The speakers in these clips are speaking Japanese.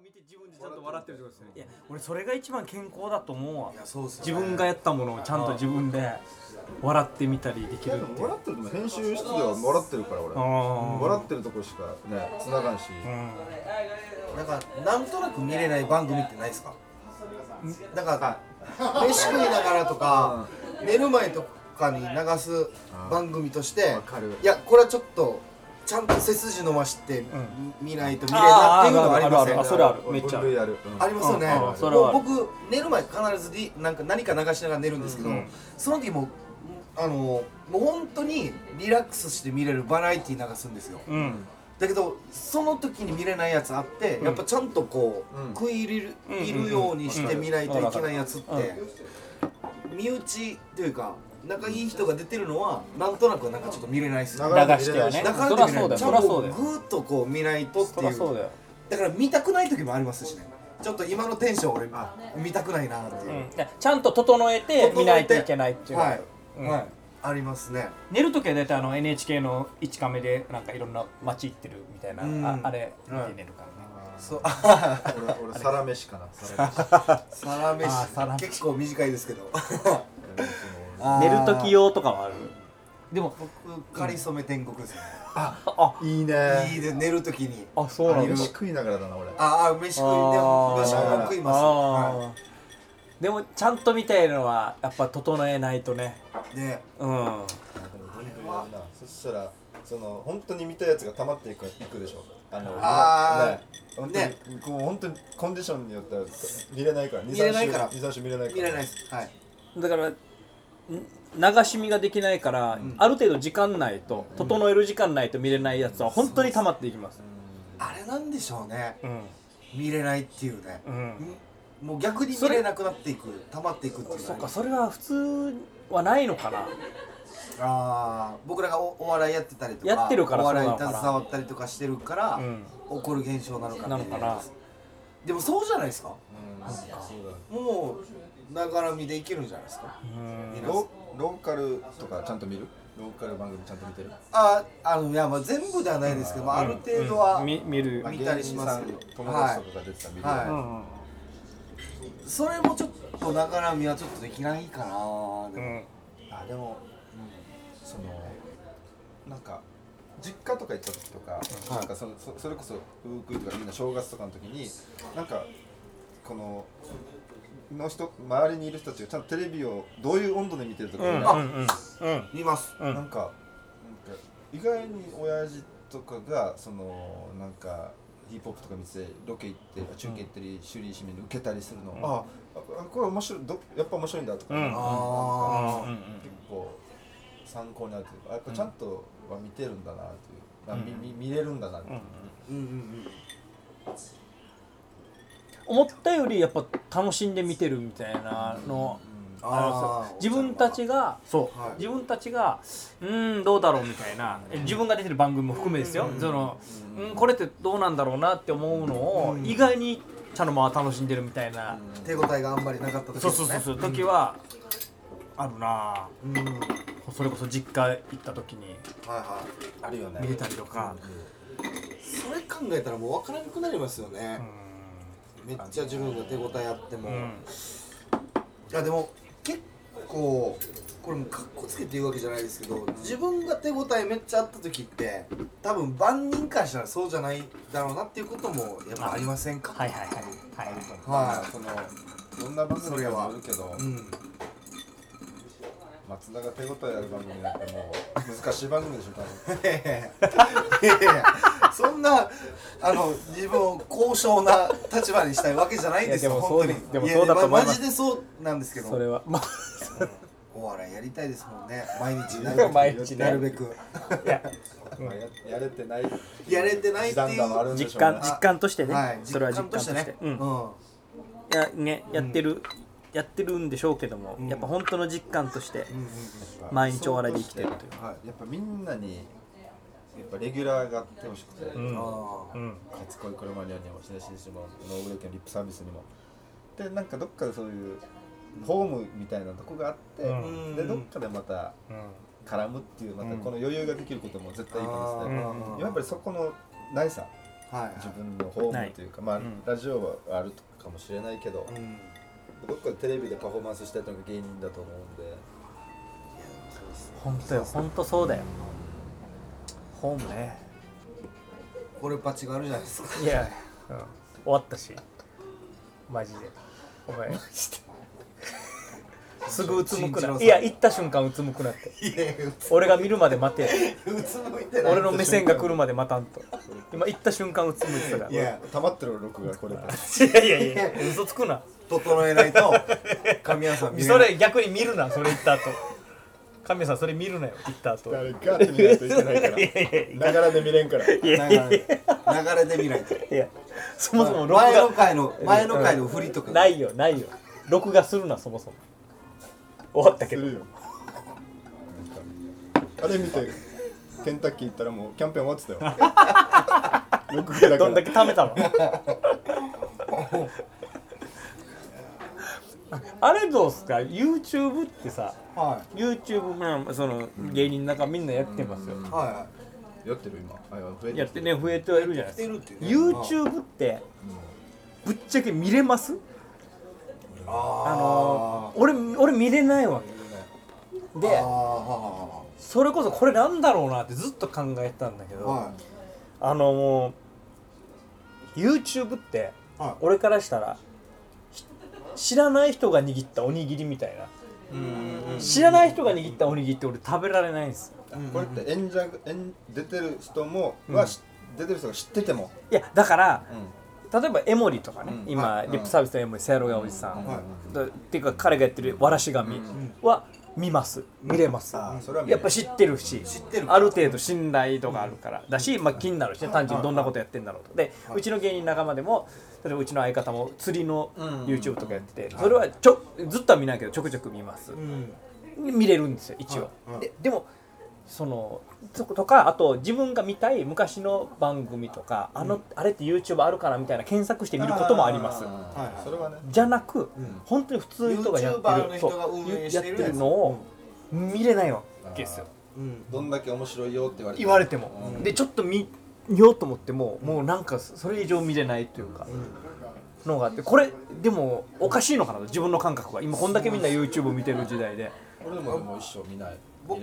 見て自分でちゃんと笑ってるってことですね。いや俺それが一番健康だと思うわ。 いやそうですね、 自分がやったものをちゃんと自分で笑ってみたりできるって。 笑ってるでも編集室では笑ってるから俺笑ってるとこしかね繋がんし、 なんかなんとなく見れない番組ってないですか？なんか飯食いながらとか寝る前とかに流す番組として、いやこれはちょっとちゃんと背筋伸ばして見ないと見れないっていうのがありません？ それある、めっちゃある。 ありますよね。 それは僕寝る前必ず何か流しながら寝るんですけど、その時ももう本当にリラックスして見れるバラエティ流すんですよ。だけどその時に見れないやつあって、やっぱちゃんとこう食い入るようにして見ないといけないやつって、身内というか仲いい人が出てるのはなんとなくなんかちょっと見れないっすよ。 流してはね。 そりゃそうだよ。ちゃんとグーッとこう見ないとっていう。だから見たくない時もありますしね。ちょっと今のテンション俺見たくないなっていう。 ちゃんと整えて見ないといけないっていう。はい。 ありますね。 寝るときは大体NHK の1カメでなんかいろんな街行ってるみたいな、あれ見て寝るからね。 そう。 俺サラメシかな。 サラメシ結構短いですけど。 寝るとき用とかはある。でも僕かりそめ天国ですね。 いいね。 いいで寝るときに。 そうなんだ。 飯食いながらだな俺。 飯食います。 でもちゃんと見たいのはやっぱ整えないとね。 ね。 そしたらその本当に見たやつが溜まっていくでしょ。ね。本当にコンディションによっては見れないから。2、3週見れないから。 見れないです。はい。 だから流し見ができないから、ある程度時間ないと整える時間ないと見れないやつは本当に溜まっていきます。 あれなんでしょうね。見れないっていうね。もう逆に見れなくなっていく、溜まっていくっていう。 そうか、それは普通はないのかな。 僕らがお笑いやってたりとか、 やってるからお笑いに携わったりとかしてるから、起こる現象なのかな。でもそうじゃないですか。もうながら見でいけるんじゃないですか。 ローカルとかちゃんと見る？ローカル番組ちゃんと見てる？ いやまあ全部ではないですけど、ある程度は見たりしますけど、 友達とかが出てたら見る。 それもちょっとながら見はちょっとできないかな。 でもそのなんか実家とか行った時とか、なんかそれこそウークイとかみんな正月とかの時になんかこの周りにいる人たちがちゃんとテレビをどういう温度で見てるとか見ます。 なんか意外に親父とかがそのなんかヒップホップとか見てロケ行って中継行ったり修理締めに受けたりするのをこれ面白いやっぱ面白いんだとか結構参考になるというかやっぱちゃんとは見てるんだなという見れるんだなって思ったよりやっぱ楽しんで見てるみたいなの自分たちがどうだろうみたいな自分が出てる番組も含めですよ。これってどうなんだろうなって思うのを意外にちゃんと楽しんでるみたいな手応えがあんまりなかった時ですね。 そう時はあるな。それこそ実家行った時にあるよね。 見れたりとか。 それ考えたらもう分からなくなりますよね。めっちゃ自分が手応えあっても。いやでも結構これもカッコつけて言うわけじゃないですけど、自分が手応えめっちゃあった時って多分万人からしたらそうじゃないだろうなっていうこともやっぱありませんか？ そのどんな番組でもあるけど、松田が手応えある番組なんてもう難しい番組でしょ多分。 いやそんな自分を高尚な立場にしたいわけじゃないんですよ。本当に。 でもそうだと思います。 マジでそうなんですけど。 それはお笑いやりたいですもんね。毎日なるべく。 やれてないっていう実感としてね。それは実感としてね。やってるんでしょうけども、やっぱ本当の実感として毎日お笑いで生きてるという。 やっぱみんなにやっぱレギュラーがあってほしくて、初恋これまでにもしなしにしてもノーブレイクのリップサービスにもでなんかどっかでそういうホームみたいなとこがあって、でどっかでまた絡むっていうまたこの余裕ができることも絶対いいと思うんですね。やっぱりそこのないさ自分のホームというか、まあラジオはあるかもしれないけど、どっかでテレビでパフォーマンスしたいのが芸人だと思うんで。 本当よ、本当そうだよ。ホームね。 これパチがあるじゃないですか。 いや、終わったしマジでお前すぐうつむくな。いや、行った瞬間うつむくなって。俺が見るまで待て。俺の目線が来るまで待たんと。今行った瞬間うつむいてたから。 いや、溜まってる録画これ。 いやいや嘘つくな。 整えないと神谷さん見れない。 それ逆に見るな、それ行った後。神谷さんそれ見るなよ、行った後。 誰かって見ないといけないから。ながらで見れんから。 流れで見ないと。 いや、そもそも前の回の振りとかないよ。録画するな、そもそも。終わったけど。 あれ見てケンタッキー行ったらもうキャンペーン終わってたよ。録画だから。 どんだけ貯めたの。あれどうすか YouTube ってさ、YouTube その芸人なんかみんなやってますよ。 やってる今。 やってね、増えてはいるじゃないですか。YouTube ってぶっちゃけ見れます？俺見れないわけで、それこそこれなんだろうなってずっと考えたんだけど、もう YouTube って俺からしたら知らない人が握ったおにぎりみたいな。知らない人が握ったおにぎりって俺食べられないんですよ。 これって出てる人も出てる人が知ってても、 いやだから例えば江森とかね、今リップサービスの江森せやろがおじさんっていうか彼がやってるわらし紙は見れます。やっぱ知ってるし、ある程度信頼度があるからだし、まあ気になるしね、単純にどんなことやってんだろうと。でうちの芸人仲間でも例えばうちの相方も釣りの YouTube とかやってて、それはずっとは見ないけどちょくちょく見ます。見れるんですよ一応。でもそことか、あと自分が見たい昔の番組とか、あれって YouTube あるからみたいな検索して見ることもあります。 それはね、 じゃなく本当に普通の人がやってるのを見れないわけですよ。 どんだけ面白いよって言われても、でちょっと見ようと思ってももうなんかそれ以上見れないというかのがあって、これでもおかしいのかなと、自分の感覚が今こんだけみんな YouTube 見てる時代で。 俺も一生見ない。 僕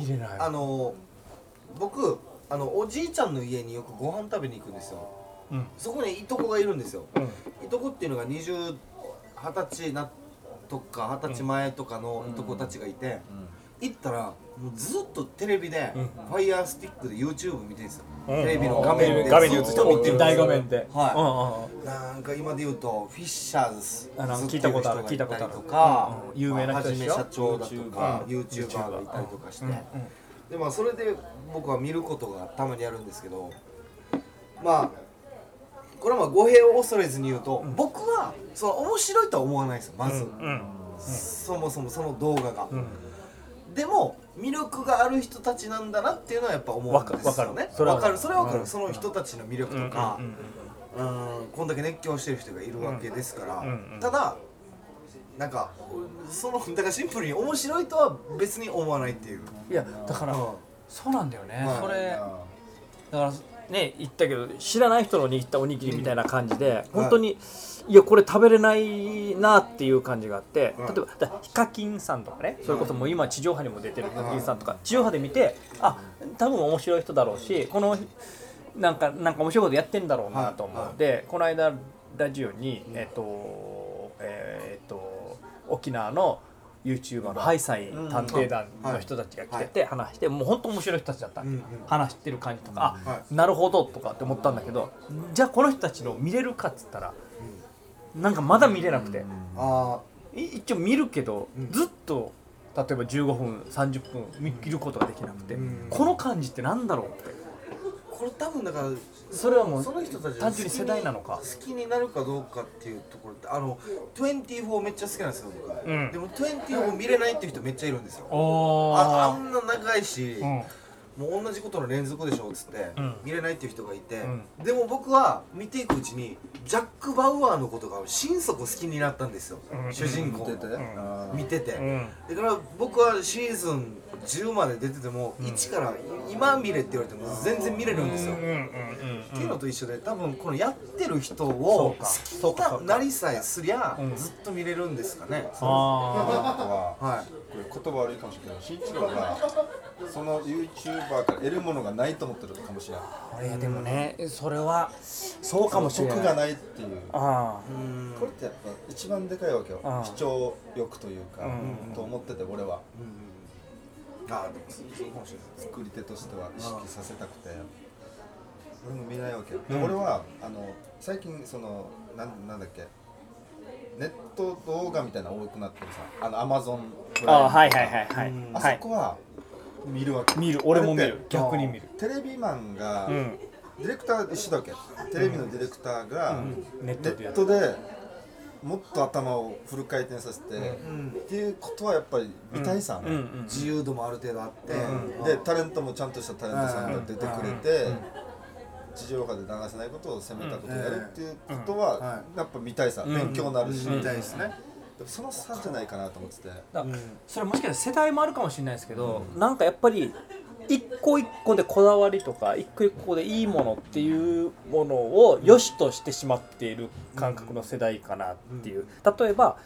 おじいちゃんの家によくご飯食べに行くんですよ。そこにいとこがいるんですよ。いとこっていうのが20歳とか20歳前とかのいとこたちがいて、行ったらもうずっとテレビでファイヤースティックで YouTube 見てるんですよ。テレビの画面でずっと見てる、 大画面で。 なんか今で言うとフィッシャーズ聞いたことあるとか、 有名な人でしょ。 はじめ社長だとか YouTuber がいたりとかして、でまあそれで僕は見ることがたまにあるんですけど、まあこれはまあ語弊を恐れずに言うと、僕はその面白いとは思わないですよ、まず。そもそもその動画が。でも魅力がある人たちなんだなっていうのはやっぱ思うんですよね。それは分かる。その人たちの魅力とか、こんだけ熱狂してる人がいるわけですから。ただなんかだからシンプルに面白いとは別に思わないっていう。 いやだからそうなんだよね。それだからね、言ったけど知らない人の握ったおにぎりみたいな感じで、本当にいやこれ食べれないなっていう感じがあって、例えばヒカキンさんとかね、それこそもう今地上波にも出てるヒカキンさんとか、地上波で見て多分面白い人だろうし、このなんか面白いことやってんだろうなと思う。でこの間ラジオに沖縄の YouTuber のハイサイ探偵団の人たちが来てて話して、もう本当面白い人たちだった。話してる感じとか、なるほどとかって思ったんだけど、じゃあこの人たちの見れるかっつったらなんかまだ見れなくて、一応見るけどずっと例えば15分30分見切ることができなくて、この感じってなんだろうって。 これ多分だからそれはもうその人たち単純に世代なのか好きになるかどうかっていうところって、24めっちゃ好きなんですよ僕。でも24見れないっていう人めっちゃいるんですよ。あんな長いし、もう同じことの連続でしょっつって見れないっていう人がいて、でも僕は見ていくうちにジャック・バウアーのことが心底好きになったんですよ、主人公見てて。だから僕はシーズン10まで出てても1から今見れって言われても全然見れるんですよっていうのと一緒で、多分このやってる人を好きになりさえすりゃずっと見れるんですかね。 はい、これ言葉悪いかもしれないけど、慎一郎がその YouTuber から得るものがないと思ってるかもしれない。 いやでもね、それはそうかもしれない。 得がないっていう。これってやっぱ一番でかいわけよ。視聴欲というか、と思ってて俺は。でもそうかもしれない。作り手としては意識させたくて、俺も見ないわけよ。で俺は最近そのなんだっけ、ネット動画みたいなの多くなってるさ、Amazon プライムとか、あそこは見るわけ。 見る、俺も見る、逆に見る。 テレビマンが、ディレクター一緒だっけ、テレビのディレクターが、ネットでもっと頭をフル回転させて、っていうことはやっぱり見たいさ、 自由度もある程度あって、 でタレントもちゃんとしたタレントさんが出てくれて、地上波で流せないことを責めたことをやるっていうことはやっぱ見たいさ、勉強になるし、 見たいですね。 その差じゃないかなと思ってて、 それもしかしたら世代もあるかもしれないですけど、なんかやっぱり一個一個でこだわりとか一個一個でいいものっていうものを良しとしてしまっている感覚の世代かなっていう。例えば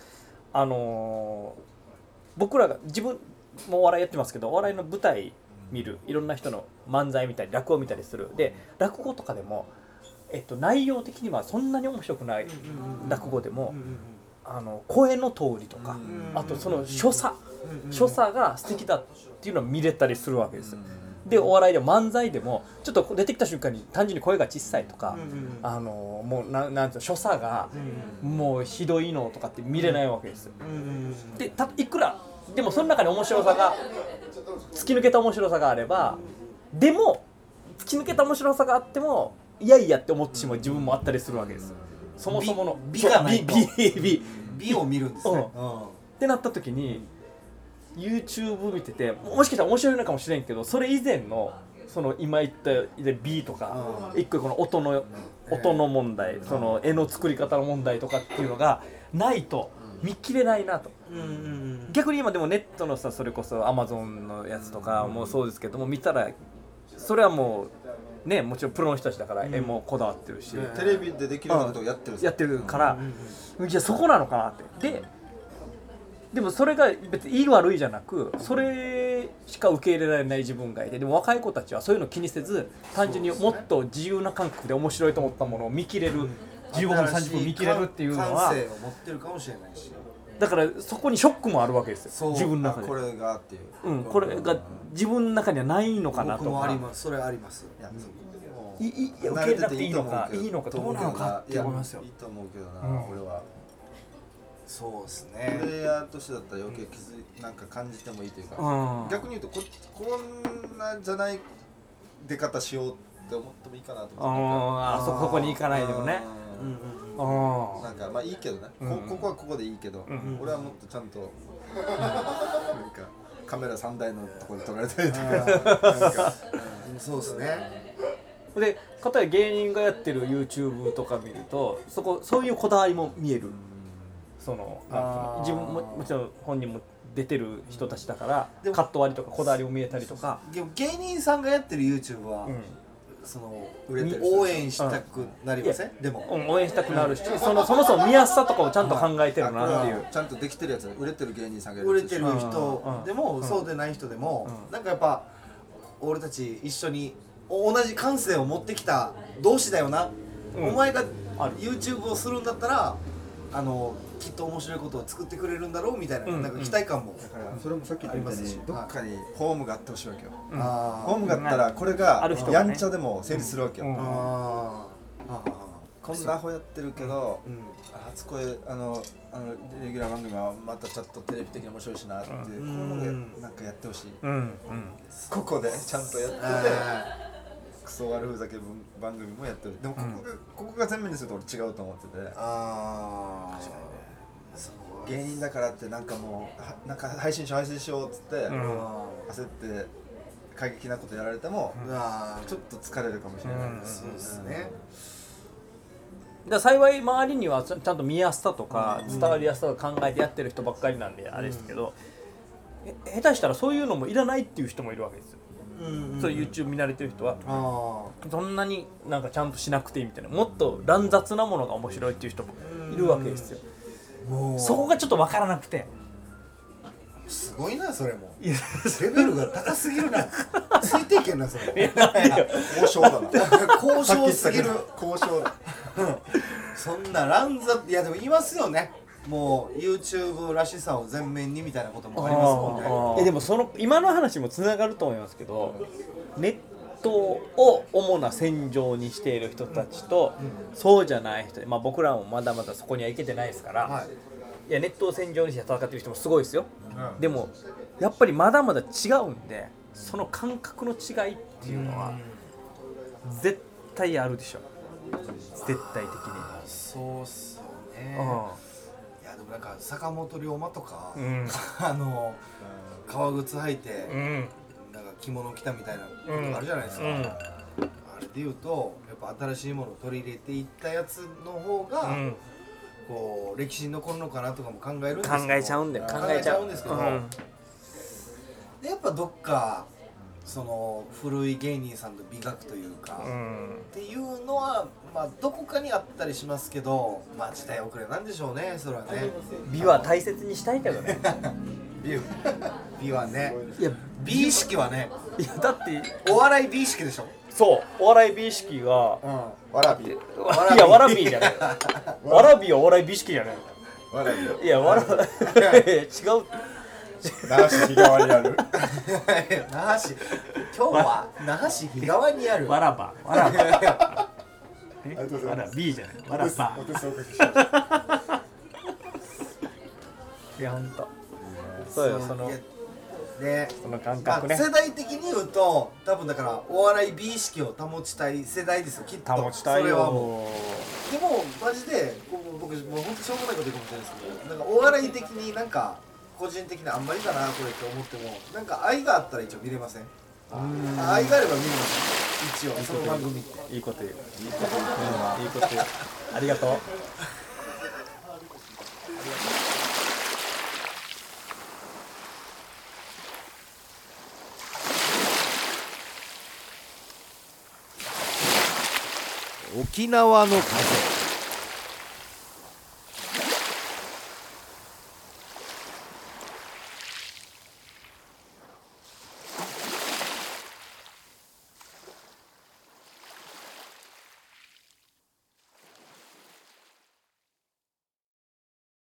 僕らが自分もお笑いやってますけど、お笑いの舞台見る、いろんな人の漫才見たり落語見たりする。で落語とかでも、内容的にはそんなに面白くない落語でも、声の通りとか、あとその所作が素敵だっていうのを見れたりするわけです。でお笑いでも漫才でもちょっと出てきた瞬間に単純に声が小さいとか、もうなんていうの、所作がもうひどいのとかって見れないわけです。でいくらでもその中に面白さが、突き抜けた面白さがあれば、でも突き抜けた面白さがあってもいやいやって思ってしまう自分もあったりするわけです。そもそもの美がないと美を見るんですね。 ってなった時に YouTube 見てて、もしかしたら面白いのかもしれんけど、それ以前のその今言った美とか、一個この音の問題、その絵の作り方の問題とかっていうのがないと見切れないなと。逆に今でもネットのさ、それこそ Amazon のやつとかもそうですけども、見たらそれはもうね、もちろんプロの人たちだから絵もこだわってるし、 テレビでできるようなことをやってるから、いやそこなのかなって。でもそれが別にいい悪いじゃなく、それしか受け入れられない自分がいて、でも若い子たちはそういうの気にせず、単純にもっと自由な感覚で面白いと思ったものを見切れる、15分30分見切れるっていうのは感性を持ってるかもしれないし、 だからそこにショックもあるわけですよ、自分の中で。 これがっていう、 これが自分の中にはないのかなとか。 僕もあります、それあります。 受け入れなくていいのかどうなのかって思いますよ。 いいと思うけどな、俺は。 そうですね。 プレイヤーとしてだったら余計なんか感じてもいいというか、逆に言うとこんなじゃない出方しようって思ってもいいかなと思って。 そこに行かないでもね。 なんかまあいいけどね、ここはここでいいけど、俺はもっとちゃんとなんかカメラ3台のところで撮られたりとか、 そうですね。 で、かたや芸人がやってる YouTube とか見ると、そういうこだわりも見える。その自分もちろん本人も出てる人たちだから、カット割りとかこだわりも見えたりとか。 でも芸人さんがやってる YouTube は、その応援したくなりません？でも応援したくなるし、そもそも見やすさとかをちゃんと考えてるなっていう。 ちゃんとできてるやつ、売れてる芸人さんが売れてる人でもそうでない人でも、なんかやっぱ俺たち一緒に同じ感性を持ってきた同士だよな、お前が YouTube をするんだったらきっと面白いことを作ってくれるんだろうみたいな、なんか期待感も、 だからそれもさっき言ったみたいにどっかにホームがあってほしいわけよ。ホームがあったらこれがやんちゃでも成立するわけよ。こんなアホやってるけど、初恋レギュラー番組はまたちょっとテレビ的に面白いしなっていう、こういうのでなんかやってほしい。ここでちゃんとやってて、クソ悪ふざけ番組もやってる。でもここが全面にすると俺違うと思ってて、確かにね。芸人だからってなんかもうなんか配信しようっつって焦って過激なことやられてもちょっと疲れるかもしれない。 そうですね。 幸い周りにはちゃんと見やすさとか伝わりやすさを考えてやってる人ばっかりなんであれですけど、下手したらそういうのもいらないっていう人もいるわけですよ。 そう YouTube 見慣れてる人はそんなになんかちゃんとしなくていいみたいな、もっと乱雑なものが面白いっていう人もいるわけですよ。そこがちょっと分からなくて、 すごいなそれもレベルが高すぎるなついていけんなそれ交渉だな交渉すぎる交渉だそんな乱雑、いやでもいますよね、もう YouTube らしさを前面にみたいなこともありますもんね。 でもその今の話もつながると思いますけど、ネットを主な戦場にしている人たちと、そうじゃない人、まあ、僕らもまだまだそこには行けてないですから、いやネットを戦場にして戦ってる人もすごいですよ、でもやっぱりまだまだ違うんで、その感覚の違いっていうのは絶対あるでしょ、絶対的に。 そうっすよね。いやでもなんか坂本龍馬とか、革靴履いて、なんか着物着たみたいなことがあるじゃないですか、あれで言うとやっぱ新しいものを取り入れていったやつの方が、こう歴史に残るのかなとかも考えるんですけど、 考えちゃうんですけど、でやっぱどっかその古い芸人さんの美学というか、っていうのはまあどこかにあったりしますけど、まあ時代遅れなんでしょうね、それはね。 美は大切にしたいけどね美はね、 いや美意識はね、 いやだってお笑い美意識でしょ。 そうお笑い美意識が、 わらびいやわらびじゃないわらびはお笑い美意識じゃないわらびいやわら違う那覇市日川にある那覇市、今日は那覇市日川にあるわらばわらばわらびじゃないわらばお手数おかけしましたいやほんとそうよ、そのね、 その感覚ね、 世代的に言うと多分だからお笑い美意識を保ちたい世代ですよ、きっと。 保ちたいよ。 それはもうでもマジで僕もう本当しょうもないこと言うかもしれないですけど、なんかお笑い的になんか個人的にあんまりだなこれって思っても、なんか愛があったら一応見れません？愛があれば見れます一応その番組って。 いいこと言う、いいこと言う、ありがとう。 沖縄の風